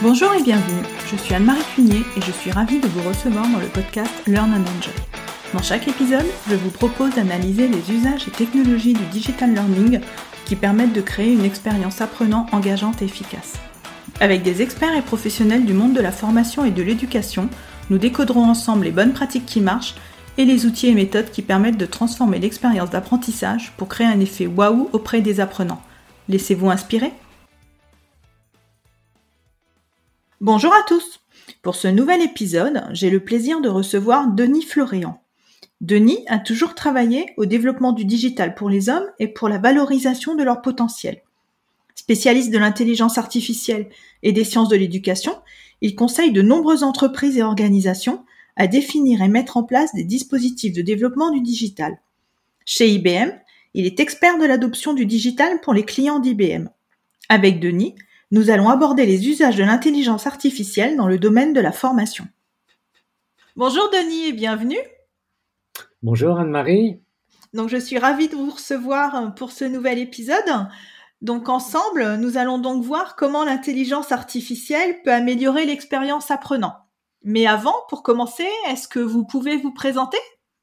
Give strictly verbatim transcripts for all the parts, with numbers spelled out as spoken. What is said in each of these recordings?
Bonjour et bienvenue, je suis Anne-Marie Cunier et je suis ravie de vous recevoir dans le podcast Learn and Enjoy. Dans chaque épisode, je vous propose d'analyser les usages et technologies du digital learning qui permettent de créer une expérience apprenant engageante et efficace. Avec des experts et professionnels du monde de la formation et de l'éducation, nous décoderons ensemble les bonnes pratiques qui marchent et les outils et méthodes qui permettent de transformer l'expérience d'apprentissage pour créer un effet waouh auprès des apprenants. Laissez-vous inspirer ? Bonjour à tous! Pour ce nouvel épisode, j'ai le plaisir de recevoir Denis Floréan. Denis a toujours travaillé au développement du digital pour les hommes et pour la valorisation de leur potentiel. Spécialiste de l'intelligence artificielle et des sciences de l'éducation, il conseille de nombreuses entreprises et organisations à définir et mettre en place des dispositifs de développement du digital. Chez I B M, il est expert de l'adoption du digital pour les clients d'I B M. Avec Denis, nous allons aborder les usages de l'intelligence artificielle dans le domaine de la formation. Bonjour Denis et bienvenue. Bonjour Anne-Marie. Donc je suis ravie de vous recevoir pour ce nouvel épisode. Donc ensemble, nous allons donc voir comment l'intelligence artificielle peut améliorer l'expérience apprenant. Mais avant, pour commencer, est-ce que vous pouvez vous présenter ?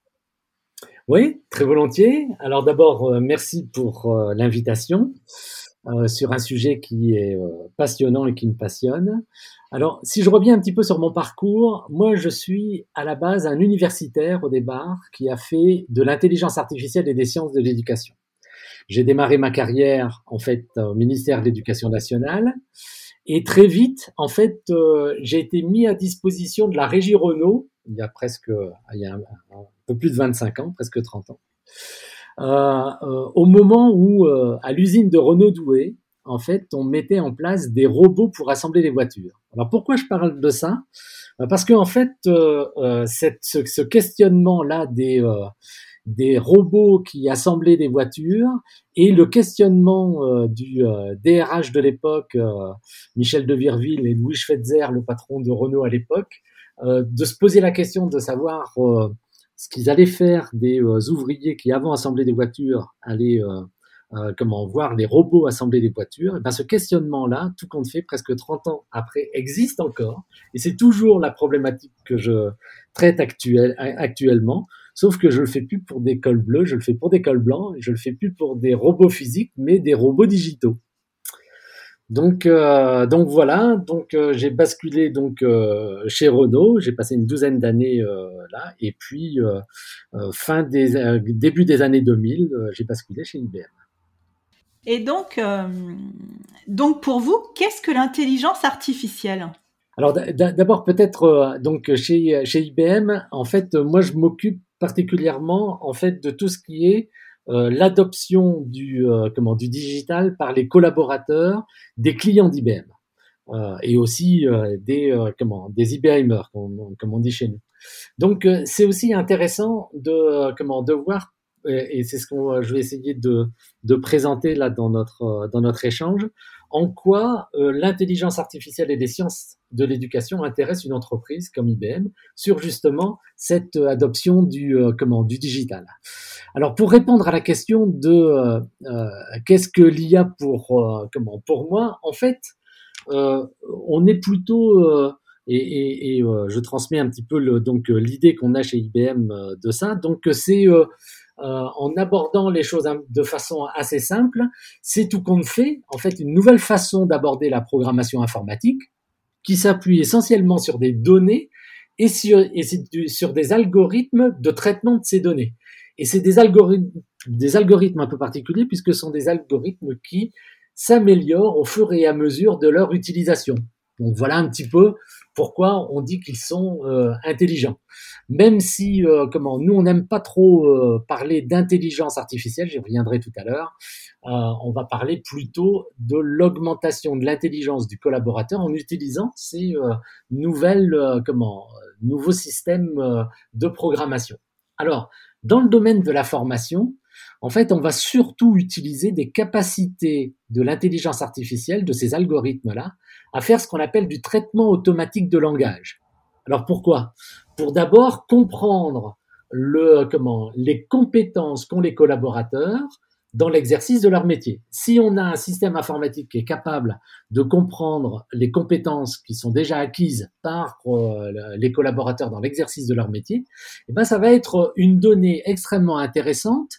Oui, très volontiers. Alors d'abord, euh, merci pour euh, l'invitation euh, sur un sujet qui est euh, passionnant et qui me passionne. Alors, si je reviens un petit peu sur mon parcours, moi je suis à la base un universitaire au départ qui a fait de l'intelligence artificielle et des sciences de l'éducation. J'ai démarré ma carrière en fait au ministère de l'Éducation nationale et très vite en fait euh, j'ai été mis à disposition de la régie Renault il y a presque il y a un, un peu plus de vingt-cinq ans, presque trente ans, euh, euh, au moment où euh, à l'usine de Renault Douai en fait on mettait en place des robots pour assembler les voitures. Alors pourquoi je parle de ça ? Parce que en fait euh, euh, cette, ce, ce questionnement là des euh, des robots qui assemblaient des voitures et le questionnement euh, du euh, D R H de l'époque, euh, Michel de Virville et Louis Schweitzer, le patron de Renault à l'époque, euh, de se poser la question de savoir euh, ce qu'ils allaient faire des euh, ouvriers qui avant assemblaient des voitures allaient euh, euh, comment voir les robots assembler des voitures. Et ben ce questionnement-là, tout compte fait, presque trente ans après, existe encore et c'est toujours la problématique que je traite actuel, actuellement. Sauf que je le fais plus pour des cols bleus, je le fais pour des cols blancs, et je le fais plus pour des robots physiques, mais des robots digitaux. Donc, euh, donc voilà. Donc euh, j'ai basculé donc euh, chez Renault. J'ai passé une douzaine d'années euh, là, et puis euh, euh, fin des euh, début des années deux mille, euh, j'ai basculé chez I B M. Et donc, euh, donc pour vous, qu'est-ce que l'intelligence artificielle ? Alors d'abord peut-être euh, donc chez chez I B M, en fait, moi je m'occupe particulièrement en fait de tout ce qui est euh, l'adoption du euh, comment du digital par les collaborateurs des clients d'I B M euh, et aussi euh, des euh, comment des IBMers comme, comme on dit chez nous. Donc euh, c'est aussi intéressant de euh, comment de voir et, et c'est ce que je vais essayer de de présenter là dans notre euh, dans notre échange, en quoi euh, l'intelligence artificielle et les sciences de l'éducation intéressent une entreprise comme I B M sur justement cette euh, adoption du euh, comment du digital. Alors pour répondre à la question de euh, euh, qu'est-ce que l'I A pour euh, comment pour moi, en fait euh, on est plutôt euh, et, et, et euh, je transmets un petit peu le, donc euh, l'idée qu'on a chez I B M euh, de ça. Donc c'est euh, euh, en abordant les choses de façon assez simple, c'est tout compte fait en fait une nouvelle façon d'aborder la programmation informatique qui s'appuie essentiellement sur des données et sur, et sur des algorithmes de traitement de ces données. Et c'est des algorithmes, des algorithmes un peu particuliers puisque ce sont des algorithmes qui s'améliorent au fur et à mesure de leur utilisation. Donc voilà un petit peu pourquoi on dit qu'ils sont euh, intelligents. Même si, euh, comment, nous on n'aime pas trop euh, parler d'intelligence artificielle, j'y reviendrai tout à l'heure, euh, on va parler plutôt de l'augmentation de l'intelligence du collaborateur en utilisant ces euh, nouvelles, euh, comment, nouveaux systèmes euh, de programmation. Alors, dans le domaine de la formation, en fait, on va surtout utiliser des capacités de l'intelligence artificielle, de ces algorithmes-là, à faire ce qu'on appelle du traitement automatique de langage. Alors pourquoi ? Pour d'abord comprendre le, comment, les compétences qu'ont les collaborateurs dans l'exercice de leur métier. Si on a un système informatique qui est capable de comprendre les compétences qui sont déjà acquises par euh, les collaborateurs dans l'exercice de leur métier, eh ben, ça va être une donnée extrêmement intéressante.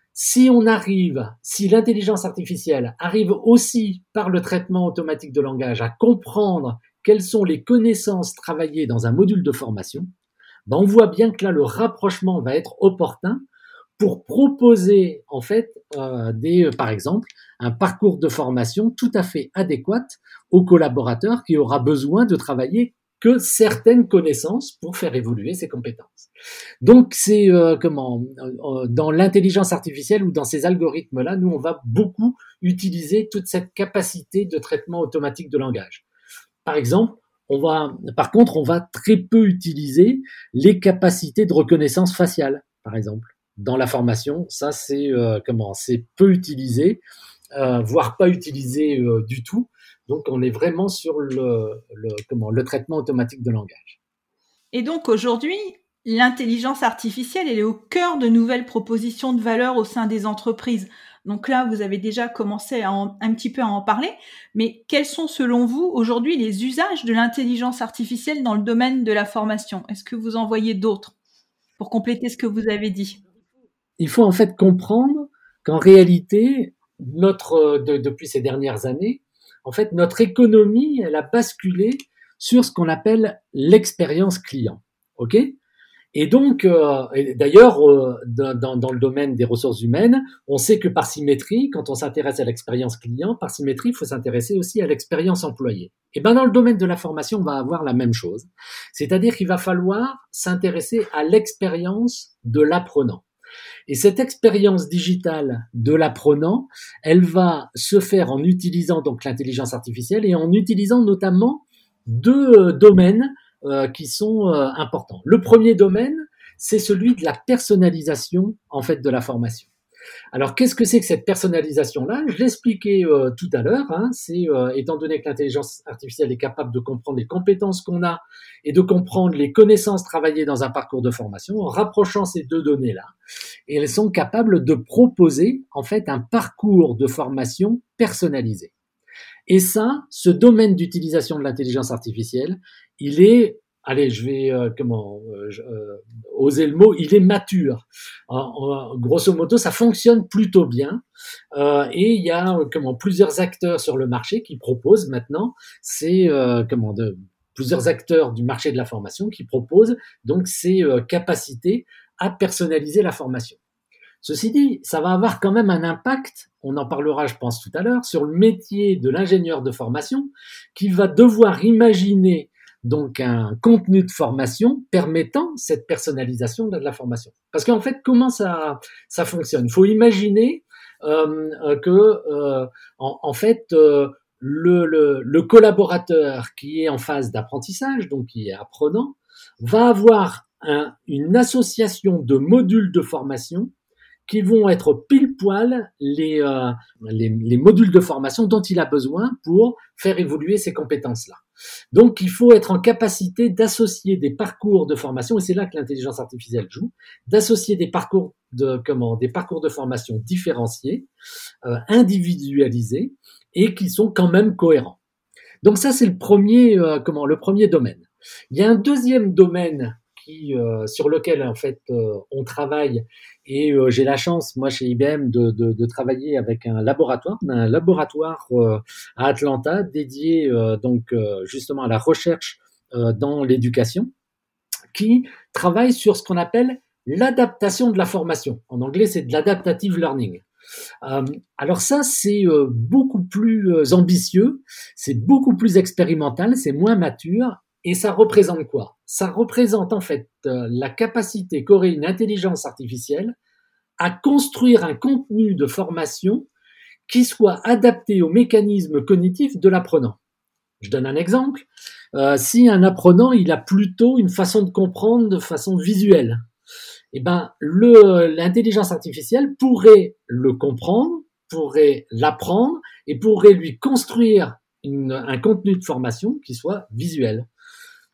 Si on arrive, si l'intelligence artificielle arrive aussi par le traitement automatique de langage à comprendre quelles sont les connaissances travaillées dans un module de formation, ben on voit bien que là, le rapprochement va être opportun pour proposer, en fait, euh, des, par exemple, un parcours de formation tout à fait adéquat au collaborateur qui aura besoin de travailler que certaines connaissances pour faire évoluer ses compétences. Donc, c'est euh, comment euh, dans l'intelligence artificielle ou dans ces algorithmes-là, nous, on va beaucoup utiliser toute cette capacité de traitement automatique de langage. Par exemple, on va, par contre, on va très peu utiliser les capacités de reconnaissance faciale, par exemple. Dans la formation, ça, c'est euh, comment c'est peu utilisé, euh, voire pas utilisé euh, du tout. Donc, on est vraiment sur le, le, comment, le traitement automatique de langage. Et donc, aujourd'hui, l'intelligence artificielle, elle est au cœur de nouvelles propositions de valeur au sein des entreprises. Donc là, vous avez déjà commencé à en, un petit peu à en parler, mais quels sont selon vous aujourd'hui les usages de l'intelligence artificielle dans le domaine de la formation? Est-ce que vous en voyez d'autres pour compléter ce que vous avez dit? Il faut en fait comprendre qu'en réalité, notre, de, depuis ces dernières années, en fait, notre économie, elle a basculé sur ce qu'on appelle l'expérience client. OK ? Et donc, euh, et d'ailleurs, euh, dans, dans le domaine des ressources humaines, on sait que par symétrie, quand on s'intéresse à l'expérience client, par symétrie, il faut s'intéresser aussi à l'expérience employée. Et ben, dans le domaine de la formation, on va avoir la même chose. C'est-à-dire qu'il va falloir s'intéresser à l'expérience de l'apprenant. Et cette expérience digitale de l'apprenant, elle va se faire en utilisant donc l'intelligence artificielle et en utilisant notamment deux euh, domaines euh, qui sont euh, importants. Le premier domaine, c'est celui de la personnalisation en fait de la formation. Alors, qu'est-ce que c'est que cette personnalisation-là? Je l'expliquais euh, tout à l'heure. Hein, c'est euh, étant donné que l'intelligence artificielle est capable de comprendre les compétences qu'on a et de comprendre les connaissances travaillées dans un parcours de formation, en rapprochant ces deux données-là, et elles sont capables de proposer en fait un parcours de formation personnalisé. Et ça, ce domaine d'utilisation de l'intelligence artificielle, il est, allez, je vais euh, comment euh, euh, oser le mot, il est mature. En, en, grosso modo, ça fonctionne plutôt bien. Euh, et il y a comment plusieurs acteurs sur le marché qui proposent maintenant, c'est euh, comment de plusieurs acteurs du marché de la formation qui proposent donc ces euh, capacités à personnaliser la formation. Ceci dit, ça va avoir quand même un impact, on en parlera je pense tout à l'heure, sur le métier de l'ingénieur de formation qui va devoir imaginer donc un contenu de formation permettant cette personnalisation de la formation. Parce qu'en fait, comment ça, ça fonctionne? Il faut imaginer euh, que euh, en, en fait euh, le, le, le collaborateur qui est en phase d'apprentissage, donc qui est apprenant, va avoir un, une association de modules de formation qui vont être pile poil les, euh, les, les modules de formation dont il a besoin pour faire évoluer ces compétences-là. Donc, il faut être en capacité d'associer des parcours de formation, et c'est là que l'intelligence artificielle joue, d'associer des parcours de comment, des parcours de formation différenciés, euh, individualisés, et qui sont quand même cohérents. Donc, ça, c'est le premier, euh, comment, le premier domaine. Il y a un deuxième domaine qui, euh, sur lequel en fait euh, on travaille, et euh, j'ai la chance moi chez I B M de, de, de travailler avec un laboratoire, un laboratoire euh, à Atlanta dédié euh, donc euh, justement à la recherche euh, dans l'éducation, qui travaille sur ce qu'on appelle l'adaptation de la formation. En anglais, c'est de l'adaptative learning. Euh, alors ça, c'est euh, beaucoup plus euh, ambitieux, c'est beaucoup plus expérimental, c'est moins mature. Et ça représente quoi? Ça représente en fait euh, la capacité qu'aurait une intelligence artificielle à construire un contenu de formation qui soit adapté aux mécanismes cognitifs de l'apprenant. Je donne un exemple. Euh, si un apprenant, il a plutôt une façon de comprendre de façon visuelle, eh ben, le, l'intelligence artificielle pourrait le comprendre, pourrait l'apprendre et pourrait lui construire une, un contenu de formation qui soit visuel.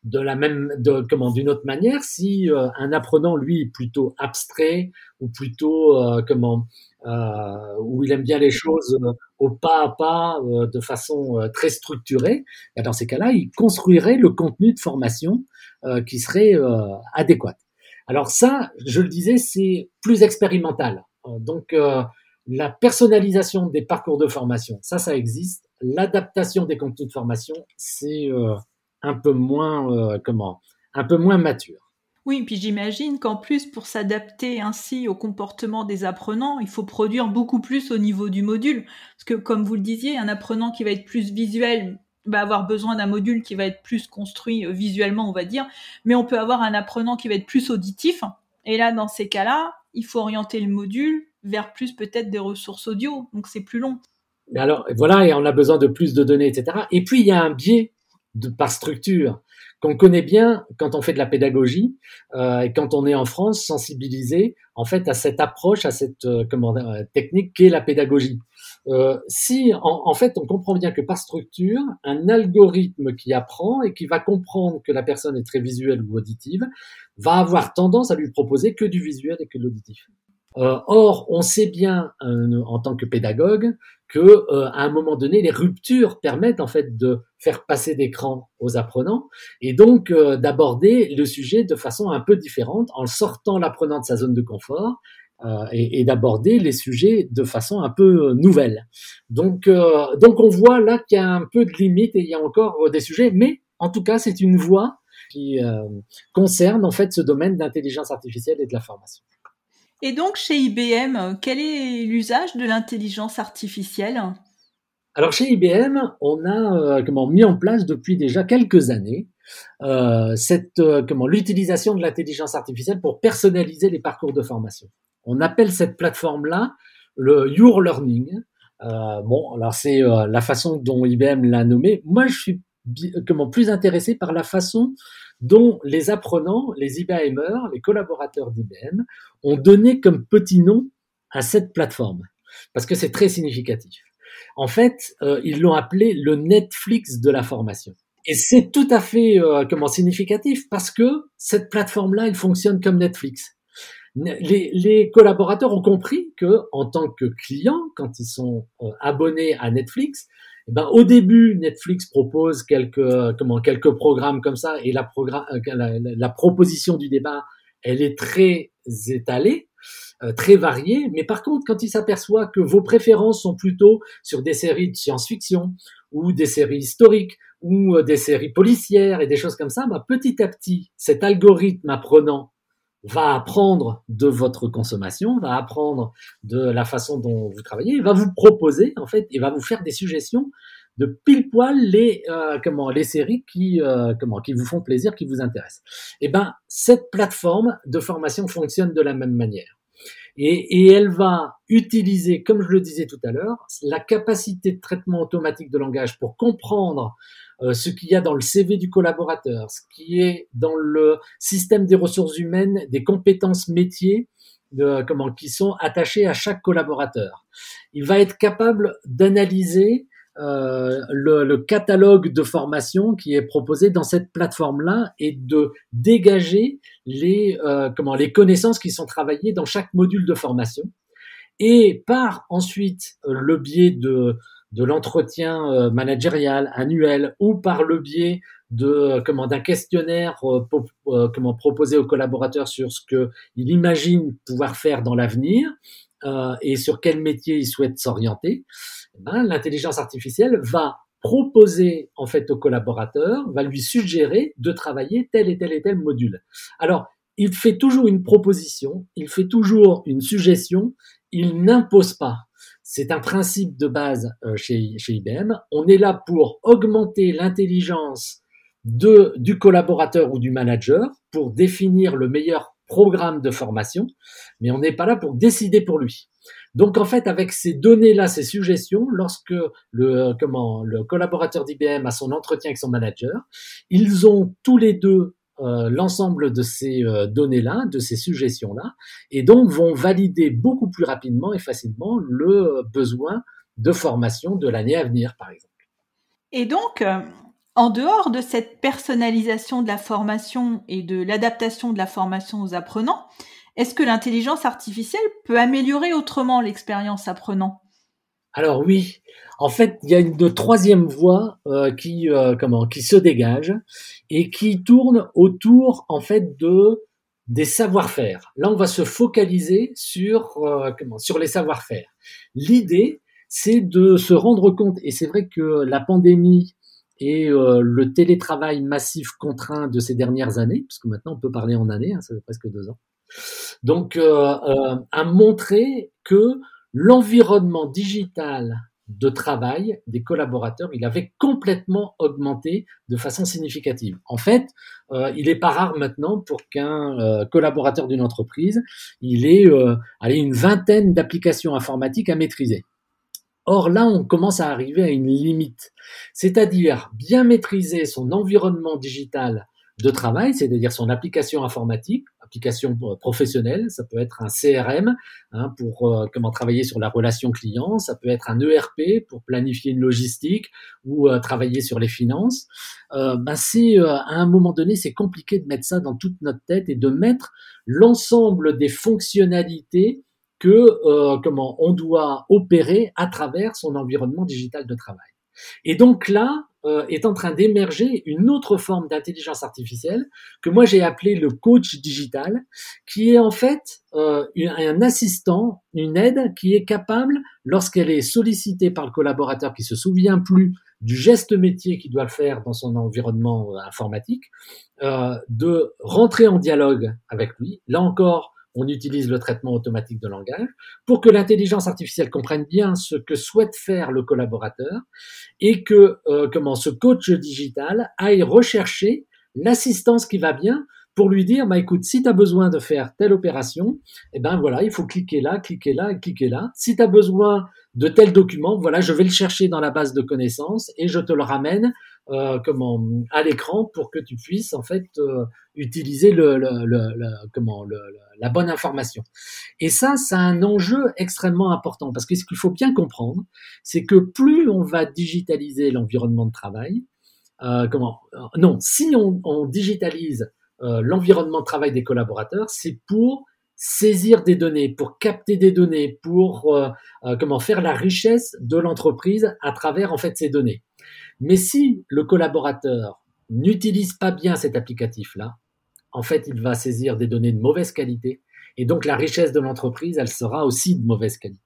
de la même, de, comment, d'une autre manière, si euh, un apprenant, lui, est plutôt abstrait ou plutôt, euh, comment, euh, où il aime bien les choses euh, au pas à pas, euh, de façon euh, très structurée, et dans ces cas-là, il construirait le contenu de formation euh, qui serait euh, adéquat. Alors ça, je le disais, c'est plus expérimental. Euh, donc, euh, la personnalisation des parcours de formation, ça, ça existe. L'adaptation des contenus de formation, c'est euh, un peu moins, euh, comment, un peu moins mature. Oui, puis j'imagine qu'en plus, pour s'adapter ainsi au comportement des apprenants, il faut produire beaucoup plus au niveau du module. Parce que, comme vous le disiez, un apprenant qui va être plus visuel va avoir besoin d'un module qui va être plus construit visuellement, on va dire. Mais on peut avoir un apprenant qui va être plus auditif. Et là, dans ces cas-là, il faut orienter le module vers plus peut-être des ressources audio. Donc, c'est plus long. Alors, voilà, et on a besoin de plus de données, et cetera. Et puis, il y a un biais de, par structure qu'on connaît bien quand on fait de la pédagogie euh, et quand on est en France sensibilisé en fait à cette approche, à cette euh, comment, euh, technique qu'est la pédagogie. Euh, si en, en fait on comprend bien que par structure, un algorithme qui apprend et qui va comprendre que la personne est très visuelle ou auditive va avoir tendance à lui proposer que du visuel et que de l'auditif. Euh, or, on sait bien euh, en tant que pédagogue que euh, à un moment donné, les ruptures permettent en fait de faire passer d'écran aux apprenants et donc euh, d'aborder le sujet de façon un peu différente en sortant l'apprenant de sa zone de confort euh, et, et d'aborder les sujets de façon un peu nouvelle. Donc, euh, donc on voit là qu'il y a un peu de limite et il y a encore des sujets, mais en tout cas, c'est une voie qui euh, concerne en fait ce domaine d'intelligence artificielle et de la formation. Et donc, chez I B M, quel est l'usage de l'intelligence artificielle ? Alors chez I B M, on a euh, comment mis en place depuis déjà quelques années euh, cette euh, comment l'utilisation de l'intelligence artificielle pour personnaliser les parcours de formation. On appelle cette plateforme-là le Your Learning. Euh, bon, alors c'est euh, la façon dont I B M l'a nommé. Moi, je suis bi- comment plus intéressé par la façon dont les apprenants, les IBMers, les collaborateurs d'I B M ont donné comme petit nom à cette plateforme, parce que c'est très significatif. En fait, euh, ils l'ont appelé le Netflix de la formation. Et c'est tout à fait euh, comment significatif parce que cette plateforme-là, elle fonctionne comme Netflix. Les, les collaborateurs ont compris que, en tant que clients, quand ils sont euh, abonnés à Netflix, eh ben, au début, Netflix propose quelques, comment, quelques programmes comme ça, et la, progra- la, la, la proposition du débat, elle est très étalée, euh, très variée. Mais par contre, quand ils s'aperçoivent que vos préférences sont plutôt sur des séries de science-fiction ou des séries historiques ou euh, des séries policières et des choses comme ça, bah, petit à petit, cet algorithme apprenant va apprendre de votre consommation, va apprendre de la façon dont vous travaillez, va vous proposer en fait et va vous faire des suggestions de pile poil les euh, comment les séries qui euh, comment qui vous font plaisir, qui vous intéressent. Et ben cette plateforme de formation fonctionne de la même manière. Et, et elle va utiliser, comme je le disais tout à l'heure, la capacité de traitement automatique de langage pour comprendre euh, ce qu'il y a dans le C V du collaborateur, ce qui est dans le système des ressources humaines, des compétences métiers de, comment, qui sont attachées à chaque collaborateur. Il va être capable d'analyser euh, le, le catalogue de formation qui est proposé dans cette plateforme-là et de dégager les, euh, comment, les connaissances qui sont travaillées dans chaque module de formation. Et par ensuite le biais de, de l'entretien euh, managérial annuel ou par le biais de euh, comment d'un questionnaire euh, po- euh, comment proposé aux collaborateurs sur ce que il imagine pouvoir faire dans l'avenir euh, et sur quel métier il souhaite s'orienter, eh ben, l'intelligence artificielle va proposer en fait au collaborateur, va lui suggérer de travailler tel et tel et tel module. Alors, il fait toujours une proposition, il fait toujours une suggestion, il n'impose pas. C'est un principe de base euh, chez, chez I B M. On est là pour augmenter l'intelligence de, du collaborateur ou du manager pour définir le meilleur programme de formation, mais on n'est pas là pour décider pour lui. Donc en fait, avec ces données-là, ces suggestions, lorsque le, comment, le collaborateur d'I B M a son entretien avec son manager, ils ont tous les deux euh, l'ensemble de ces euh, données-là, de ces suggestions-là, et donc vont valider beaucoup plus rapidement et facilement le besoin de formation de l'année à venir, par exemple. Et donc, euh, En dehors de cette personnalisation de la formation et de l'adaptation de la formation aux apprenants, est-ce que l'intelligence artificielle peut améliorer autrement l'expérience apprenant? Alors oui, en fait, il y a une troisième voie euh, qui euh, comment qui se dégage et qui tourne autour en fait de des savoir-faire. Là, on va se focaliser sur euh, comment sur les savoir-faire. L'idée, c'est de se rendre compte, et c'est vrai que la pandémie et euh, le télétravail massif contraint de ces dernières années, parce que maintenant on peut parler en années, hein, ça fait presque deux ans. Donc, euh, euh, a montré que l'environnement digital de travail des collaborateurs, il avait complètement augmenté de façon significative. En fait, euh, il n'est pas rare maintenant pour qu'un euh, collaborateur d'une entreprise, il ait euh, allez, une vingtaine d'applications informatiques à maîtriser. Or là, on commence à arriver à une limite, c'est-à-dire bien maîtriser son environnement digital de travail, c'est-à-dire son application informatique, application professionnelle, ça peut être un C R M hein, pour euh, comment travailler sur la relation client, ça peut être un E R P pour planifier une logistique ou euh, travailler sur les finances. Euh, ben c'est euh, à un moment donné, c'est compliqué de mettre ça dans toute notre tête et de mettre l'ensemble des fonctionnalités que euh, comment on doit opérer à travers son environnement digital de travail. Et donc là euh, est en train d'émerger une autre forme d'intelligence artificielle que moi j'ai appelé le coach digital, qui est en fait euh, un assistant, une aide qui est capable, lorsqu'elle est sollicitée par le collaborateur qui se souvient plus du geste métier qu'il doit faire dans son environnement euh, informatique, euh, de rentrer en dialogue avec lui. Là encore, on utilise le traitement automatique de langage pour que l'intelligence artificielle comprenne bien ce que souhaite faire le collaborateur et que euh, comment ce coach digital aille rechercher l'assistance qui va bien pour lui dire bah écoute, si tu as besoin de faire telle opération, eh ben voilà, il faut cliquer là, cliquer là et cliquer là. Si tu as besoin de tel document, voilà, je vais le chercher dans la base de connaissances et je te le ramène euh, comment à l'écran pour que tu puisses en fait euh, utiliser le, le, le, le comment le, le, la bonne information. Et ça, c'est un enjeu extrêmement important parce que ce qu'il faut bien comprendre, c'est que plus on va digitaliser l'environnement de travail, euh, comment non, si on, on digitalise euh, l'environnement de travail des collaborateurs, c'est pour saisir des données, pour capter des données, pour euh, euh, comment faire la richesse de l'entreprise à travers en fait ces données. Mais si le collaborateur n'utilise pas bien cet applicatif-là, en fait, il va saisir des données de mauvaise qualité et donc la richesse de l'entreprise, elle sera aussi de mauvaise qualité.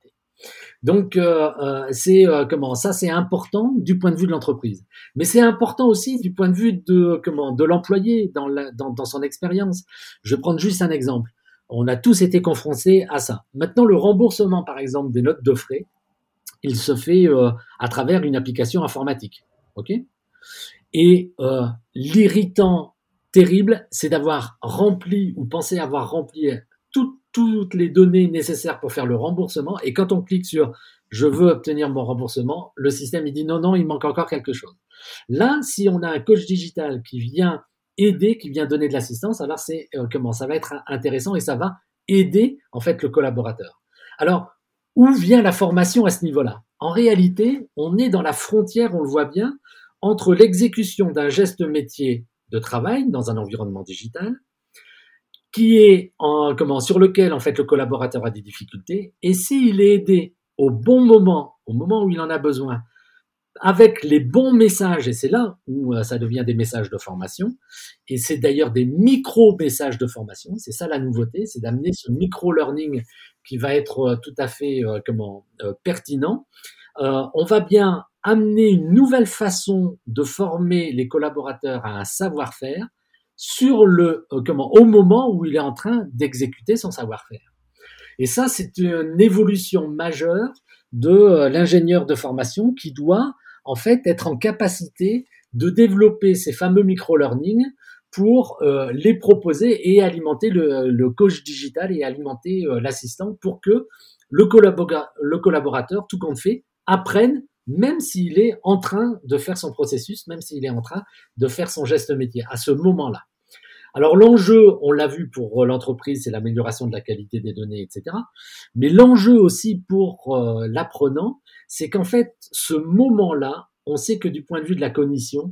Donc euh, euh, c'est euh, comment ça c'est important du point de vue de l'entreprise, mais c'est important aussi du point de vue de comment de l'employé dans, la, dans, dans son expérience. Je vais prendre juste un exemple. On a tous été confrontés à ça. Maintenant, le remboursement, par exemple, des notes de frais, il se fait euh, à travers une application informatique, ok ? Et euh, l'irritant terrible, c'est d'avoir rempli ou pensé avoir rempli tout, toutes les données nécessaires pour faire le remboursement. Et quand on clique sur « je veux obtenir mon remboursement », le système il dit « non, non, il manque encore quelque chose ». Là, si on a un coach digital qui vient aider, qui vient donner de l'assistance, alors c'est euh, comment ça va être intéressant et ça va aider en fait le collaborateur. Alors, où vient la formation à ce niveau-là ? En réalité, on est dans la frontière, on le voit bien, entre l'exécution d'un geste métier de travail dans un environnement digital, qui est en, comment, sur lequel en fait le collaborateur a des difficultés, et s'il est aidé au bon moment, au moment où il en a besoin, avec les bons messages, et c'est là où euh, ça devient des messages de formation, et c'est d'ailleurs des micro-messages de formation, c'est ça la nouveauté, c'est d'amener ce micro-learning qui va être euh, tout à fait euh, comment, euh, pertinent. Euh, on va bien amener une nouvelle façon de former les collaborateurs à un savoir-faire sur le euh, comment au moment où il est en train d'exécuter son savoir-faire. Et ça, c'est une évolution majeure de euh, l'ingénieur de formation qui doit en fait être en capacité de développer ces fameux micro-learning pour euh, les proposer et alimenter le, le coach digital et alimenter euh, l'assistant pour que le, collabora- le collaborateur, tout compte fait, apprenne même s'il est en train de faire son processus, même s'il est en train de faire son geste métier à ce moment-là. Alors l'enjeu, on l'a vu pour l'entreprise, c'est l'amélioration de la qualité des données, et cetera. Mais l'enjeu aussi pour euh, l'apprenant, c'est qu'en fait, ce moment-là, on sait que du point de vue de la cognition,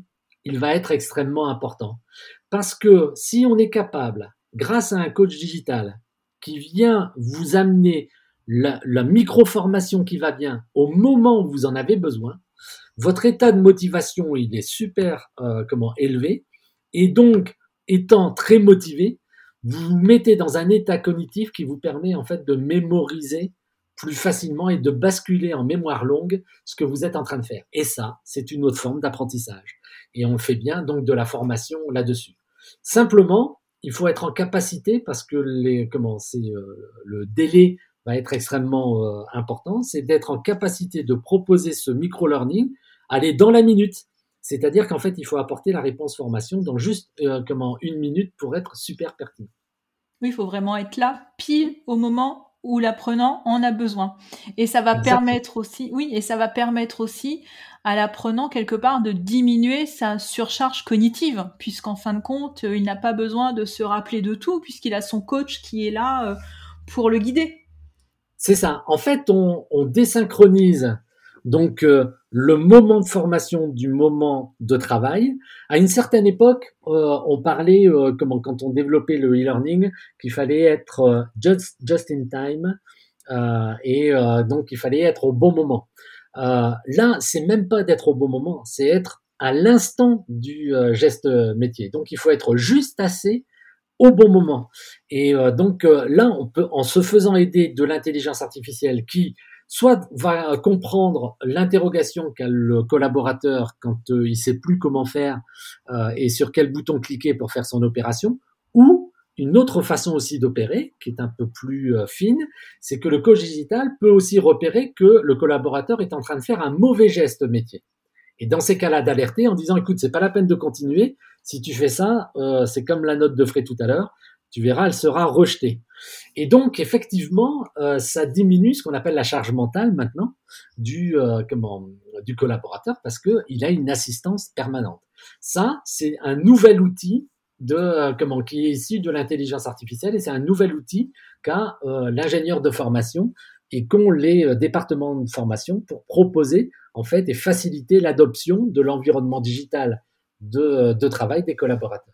il va être extrêmement important. Parce que si on est capable, grâce à un coach digital qui vient vous amener la, la micro-formation qui va bien au moment où vous en avez besoin, votre état de motivation, il est super euh, comment élevé, et donc, étant très motivé, vous vous mettez dans un état cognitif qui vous permet en fait de mémoriser plus facilement et de basculer en mémoire longue ce que vous êtes en train de faire. Et ça, c'est une autre forme d'apprentissage. Et on fait bien donc de la formation là-dessus. Simplement, il faut être en capacité, parce que les, comment, c'est, euh, le délai va être extrêmement euh, important, c'est d'être en capacité de proposer ce micro-learning, aller dans la minute. C'est-à-dire qu'en fait, il faut apporter la réponse formation dans juste euh, comment, une minute pour être super pertinent. Oui, il faut vraiment être là, pile au moment où l'apprenant en a besoin. Et ça va Exactement. permettre aussi, oui, et ça va permettre aussi à l'apprenant quelque part de diminuer sa surcharge cognitive, puisqu'en fin de compte, il n'a pas besoin de se rappeler de tout, puisqu'il a son coach qui est là euh, pour le guider. C'est ça. En fait, on, on désynchronise donc euh, le moment de formation du moment de travail. À une certaine époque, euh, on parlait, euh, comment, quand on développait le e-learning, qu'il fallait être euh, just, just in time, euh, et euh, donc il fallait être au bon moment. Euh, là, c'est même pas d'être au bon moment, c'est être à l'instant du euh, geste métier. Donc il faut être juste assez au bon moment. Et euh, donc euh, là, on peut, en se faisant aider de l'intelligence artificielle qui soit va comprendre l'interrogation qu'a le collaborateur quand euh, il sait plus comment faire euh, et sur quel bouton cliquer pour faire son opération, ou une autre façon aussi d'opérer, qui est un peu plus euh, fine, c'est que le coach digital peut aussi repérer que le collaborateur est en train de faire un mauvais geste métier. Et dans ces cas-là, d'alerter en disant, écoute, c'est pas la peine de continuer. Si tu fais ça, euh, c'est comme la note de frais tout à l'heure. Tu verras, elle sera rejetée. Et donc, effectivement, euh, ça diminue ce qu'on appelle la charge mentale maintenant du, euh, comment, du collaborateur, parce qu'il a une assistance permanente. Ça, c'est un nouvel outil de, euh, comment, qui est issu de l'intelligence artificielle, et c'est un nouvel outil qu'a euh, l'ingénieur de formation et qu'ont les euh, départements de formation pour proposer en fait et faciliter l'adoption de l'environnement digital de, de travail des collaborateurs.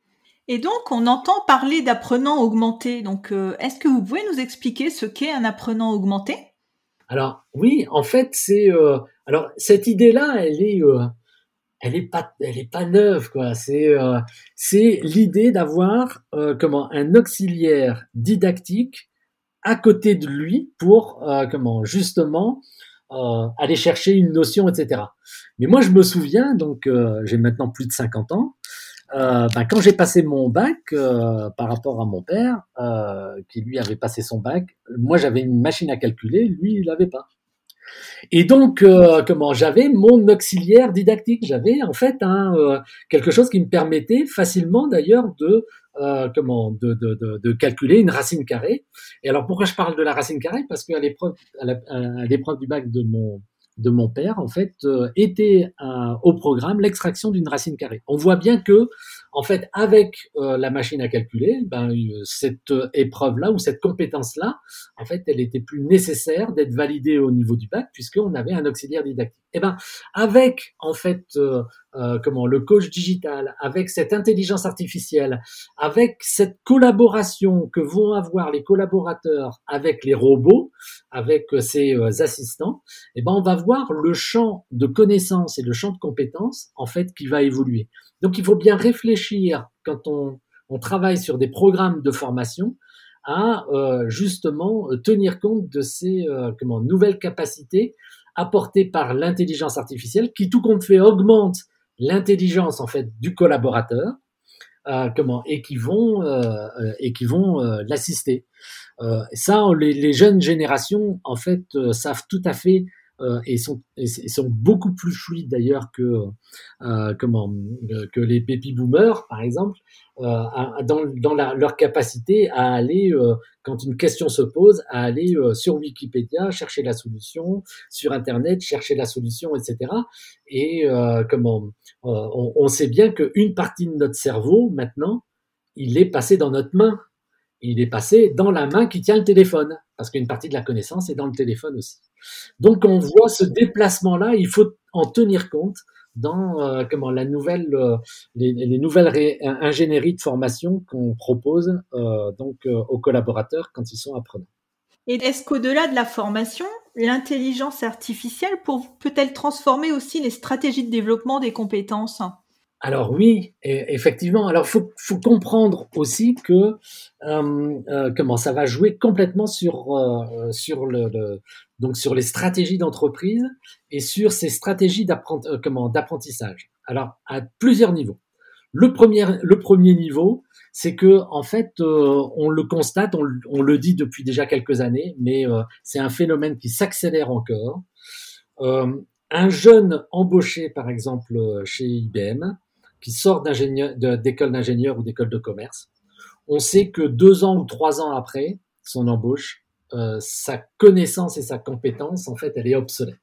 Et donc, on entend parler d'apprenant augmenté. Donc, euh, est-ce que vous pouvez nous expliquer ce qu'est un apprenant augmenté ? Alors oui, en fait, c'est euh, alors cette idée-là, elle est euh, elle est pas elle est pas neuve quoi. C'est euh, c'est l'idée d'avoir euh, comment un auxiliaire didactique à côté de lui pour euh, comment justement euh, aller chercher une notion, et cetera. Mais moi, je me souviens, donc euh, j'ai maintenant plus de cinquante ans, euh, ben, quand j'ai passé mon bac, euh, par rapport à mon père, euh, qui lui avait passé son bac, moi j'avais une machine à calculer, lui il l'avait pas. Et donc, euh, comment j'avais mon auxiliaire didactique, j'avais en fait un euh, quelque chose qui me permettait facilement d'ailleurs de euh, comment de, de, de, de calculer une racine carrée. Et alors pourquoi je parle de la racine carrée? Parce qu'à l'épreuve à, la, à l'épreuve du bac de mon de mon père, en fait, euh, était euh, au programme l'extraction d'une racine carrée. On voit bien que, en fait, avec euh, la machine à calculer, ben, euh, cette épreuve-là ou cette compétence-là, en fait, elle était plus nécessaire d'être validée au niveau du bac puisqu'on avait un auxiliaire didactique. Et ben, avec, en fait, euh, euh, comment le coach digital, avec cette intelligence artificielle, avec cette collaboration que vont avoir les collaborateurs avec les robots, avec euh, ces euh, assistants, et ben, on va voir le champ de connaissances et le champ de compétences, en fait, qui va évoluer. Donc, il faut bien réfléchir quand on, on travaille sur des programmes de formation à euh, justement tenir compte de ces euh, comment, nouvelles capacités apportées par l'intelligence artificielle qui, tout compte fait, augmente l'intelligence en fait du collaborateur euh, comment, et qui vont, euh, et qui vont euh, l'assister. Euh, ça, les, les jeunes générations en fait euh, savent tout à fait euh, et, sont, et sont beaucoup plus fluides d'ailleurs que euh, comment que les baby boomers par exemple euh, dans, dans la, leur capacité à aller euh, quand une question se pose à aller euh, sur Wikipédia chercher la solution, sur internet chercher la solution, etc. Et euh, comment euh, on, on sait bien qu'une partie de notre cerveau maintenant il est passé dans notre main. Il est passé dans la main qui tient le téléphone, parce qu'une partie de la connaissance est dans le téléphone aussi. Donc on voit ce déplacement-là, il faut en tenir compte dans euh, comment la nouvelle, euh, les, les nouvelles ré, ingénieries de formation qu'on propose euh, donc euh, aux collaborateurs quand ils sont apprenants. Et est-ce qu'au-delà de la formation, l'intelligence artificielle pour, peut-elle transformer aussi les stratégies de développement des compétences? Alors oui, effectivement. Alors faut faut comprendre aussi que euh, euh, comment ça va jouer complètement sur euh, sur le, le donc sur les stratégies d'entreprise et sur ces stratégies d'apprenti- euh, comment d'apprentissage. Alors à plusieurs niveaux. Le premier le premier niveau, c'est que en fait euh, on le constate, on, on le dit depuis déjà quelques années, mais euh, c'est un phénomène qui s'accélère encore. Euh, un jeune embauché, par exemple, chez I B M, qui sort d'ingénieur, de, d'école d'ingénieur ou d'école de commerce, on sait que deux ans ou trois ans après son embauche, euh, sa connaissance et sa compétence, en fait, elle est obsolète.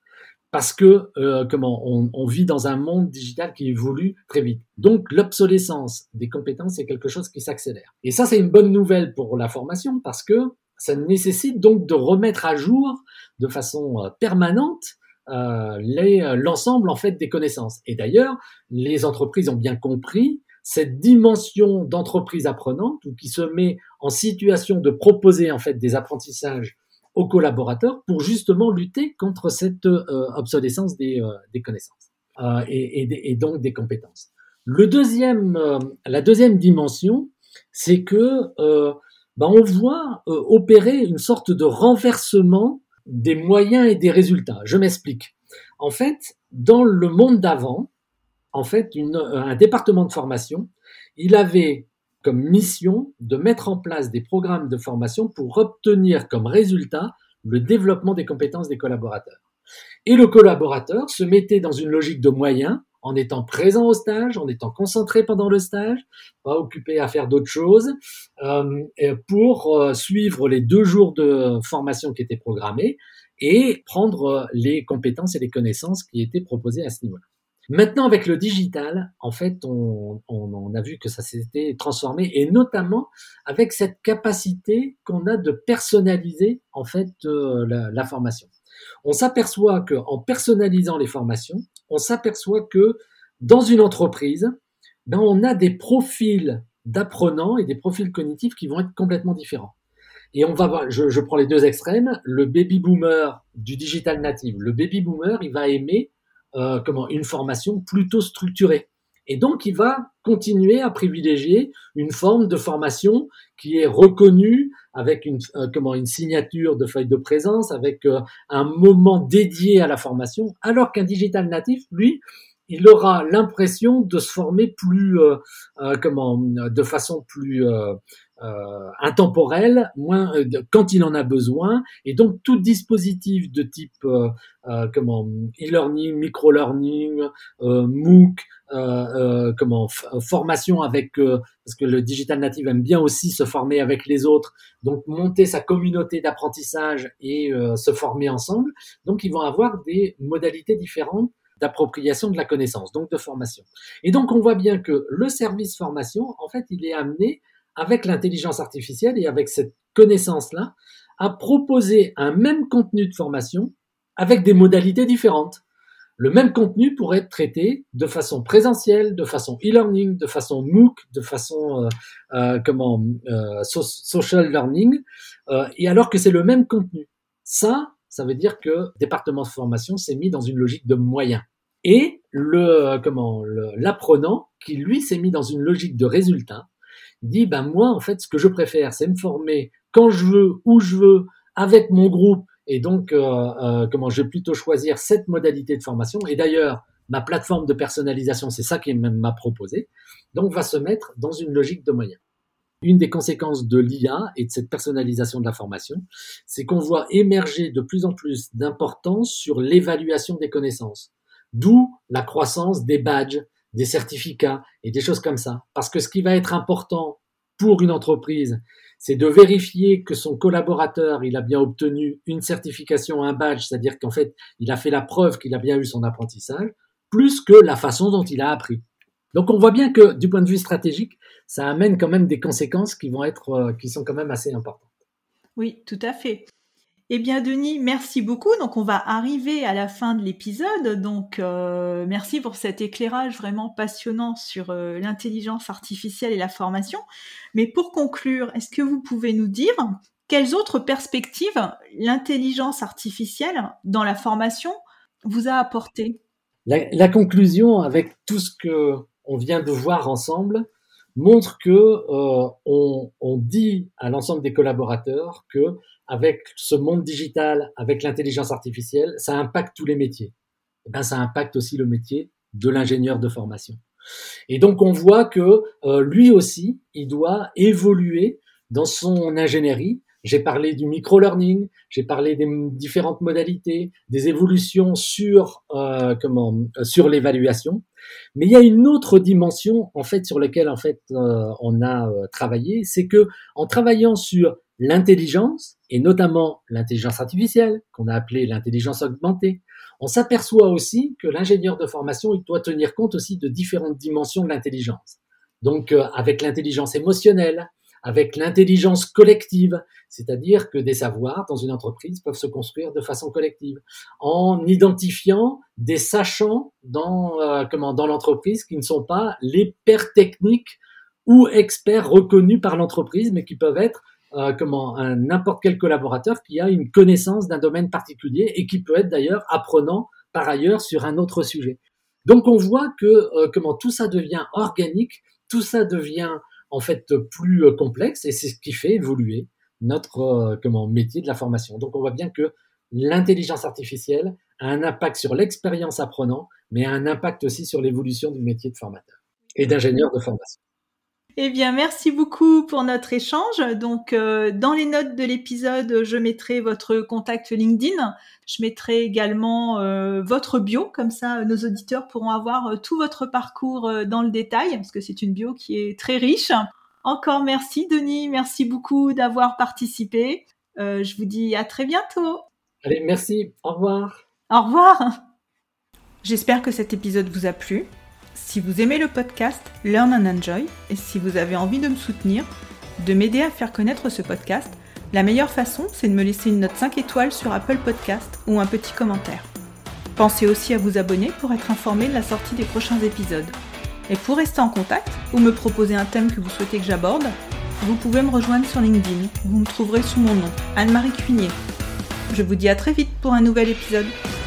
Parce que euh, comment on, on vit dans un monde digital qui évolue très vite. Donc l'obsolescence des compétences est quelque chose qui s'accélère. Et ça, c'est une bonne nouvelle pour la formation parce que ça nécessite donc de remettre à jour de façon euh, permanente euh, les, euh, l'ensemble en fait des connaissances. Et d'ailleurs, les entreprises ont bien compris cette dimension d'entreprise apprenante ou qui se met en situation de proposer en fait des apprentissages aux collaborateurs pour justement lutter contre cette euh, obsolescence des, euh, des connaissances euh, et, et, et, donc des compétences. Le deuxième, euh, la deuxième dimension, c'est que euh, ben on voit euh, opérer une sorte de renversement des moyens et des résultats. Je m'explique. En fait, dans le monde d'avant, en fait, une, un département de formation, il avait comme mission de mettre en place des programmes de formation pour obtenir comme résultat le développement des compétences des collaborateurs. Et le collaborateur se mettait dans une logique de moyens en étant présent au stage, en étant concentré pendant le stage, pas occupé à faire d'autres choses, euh, pour euh, suivre les deux jours de formation qui étaient programmés et prendre les compétences et les connaissances qui étaient proposées à ce niveau-là. Maintenant, avec le digital, en fait, on, on, on a vu que ça s'était transformé, et notamment avec cette capacité qu'on a de personnaliser en fait euh, la, la formation. On s'aperçoit que en personnalisant les formations, on s'aperçoit que dans une entreprise, ben, on a des profils d'apprenants et des profils cognitifs qui vont être complètement différents. Et on va voir, je, je prends les deux extrêmes, le baby boomer du digital native. Le baby boomer, il va aimer euh, comment une formation plutôt structurée. Et donc, il va continuer à privilégier une forme de formation qui est reconnue avec une, euh, comment, une signature de feuille de présence, avec euh, un moment dédié à la formation, alors qu'un digital natif, lui, il aura l'impression de se former plus, euh, euh, comment, de façon plus euh, euh, intemporel, moins euh, quand il en a besoin, et donc tout dispositif de type euh, euh, comment e-learning, micro-learning, euh, MOOC, euh, euh, comment f- formation avec euh, parce que le digital native aime bien aussi se former avec les autres, donc monter sa communauté d'apprentissage et euh, se former ensemble. Donc ils vont avoir des modalités différentes d'appropriation de la connaissance, donc de formation. Et donc on voit bien que le service formation, en fait, il est amené avec l'intelligence artificielle et avec cette connaissance-là, à proposer un même contenu de formation avec des modalités différentes. Le même contenu pourrait être traité de façon présentielle, de façon e-learning, de façon MOOC, de façon euh, euh, comment euh, so- social learning, euh, et alors que c'est le même contenu. Ça, ça veut dire que le département de formation s'est mis dans une logique de moyens. Et le comment le, l'apprenant qui lui s'est mis dans une logique de résultat dit ben moi en fait ce que je préfère c'est me former quand je veux, où je veux, avec mon groupe, et donc euh, euh, comment je vais plutôt choisir cette modalité de formation. Et d'ailleurs ma plateforme de personnalisation c'est ça qui m'a proposé, donc va se mettre dans une logique de moyens. Une des conséquences de l'I A et de cette personnalisation de la formation, c'est qu'on voit émerger de plus en plus d'importance sur l'évaluation des connaissances. D'où la croissance des badges, des certificats et des choses comme ça. Parce que ce qui va être important pour une entreprise, c'est de vérifier que son collaborateur, il a bien obtenu une certification, un badge, c'est-à-dire qu'en fait, il a fait la preuve qu'il a bien eu son apprentissage, plus que la façon dont il a appris. Donc on voit bien que du point de vue stratégique, ça amène quand même des conséquences qui vont être, euh, qui sont quand même assez importantes. Oui, tout à fait. Eh bien, Denis, merci beaucoup. Donc, on va arriver à la fin de l'épisode. Donc, euh, merci pour cet éclairage vraiment passionnant sur euh, l'intelligence artificielle et la formation. Mais pour conclure, est-ce que vous pouvez nous dire quelles autres perspectives l'intelligence artificielle dans la formation vous a apporté ? La, la conclusion, avec tout ce que on vient de voir ensemble, montre que euh, on, on dit à l'ensemble des collaborateurs que avec ce monde digital, avec l'intelligence artificielle, ça impacte tous les métiers. Et ben, ça impacte aussi le métier de l'ingénieur de formation. Et donc, on voit que euh, lui aussi, il doit évoluer dans son ingénierie. J'ai parlé du micro-learning, j'ai parlé des différentes modalités, des évolutions sur euh, comment sur l'évaluation. Mais il y a une autre dimension en fait sur laquelle en fait euh, on a euh, travaillé, c'est que en travaillant sur l'intelligence et notamment l'intelligence artificielle qu'on a appelée l'intelligence augmentée, on s'aperçoit aussi que l'ingénieur de formation il doit tenir compte aussi de différentes dimensions de l'intelligence. Donc euh, avec l'intelligence émotionnelle, avec l'intelligence collective, c'est-à-dire que des savoirs dans une entreprise peuvent se construire de façon collective, en identifiant des sachants dans euh, comment dans l'entreprise qui ne sont pas les pairs techniques ou experts reconnus par l'entreprise, mais qui peuvent être euh, comment un n'importe quel collaborateur qui a une connaissance d'un domaine particulier et qui peut être d'ailleurs apprenant par ailleurs sur un autre sujet. Donc on voit que euh, comment tout ça devient organique, tout ça devient en fait plus euh, complexe et c'est ce qui fait évoluer notre euh, comment métier de la formation. Donc on voit bien que l'intelligence artificielle a un impact sur l'expérience apprenant, mais a un impact aussi sur l'évolution du métier de formateur et d'ingénieur de formation. Eh bien, merci beaucoup pour notre échange. Donc, euh, dans les notes de l'épisode, je mettrai votre contact LinkedIn. Je mettrai également euh, votre bio, comme ça nos auditeurs pourront avoir euh, tout votre parcours euh, dans le détail, parce que c'est une bio qui est très riche. Encore merci Denis, merci beaucoup d'avoir participé. Euh, je vous dis à très bientôt. Allez, merci, au revoir. Au revoir. J'espère que cet épisode vous a plu. Si vous aimez le podcast Learn and Enjoy et si vous avez envie de me soutenir, de m'aider à faire connaître ce podcast, la meilleure façon, c'est de me laisser une note cinq étoiles sur Apple Podcast ou un petit commentaire. Pensez aussi à vous abonner pour être informé de la sortie des prochains épisodes. Et pour rester en contact ou me proposer un thème que vous souhaitez que j'aborde, vous pouvez me rejoindre sur LinkedIn. Vous me trouverez sous mon nom, Anne-Marie Cuinier. Je vous dis à très vite pour un nouvel épisode.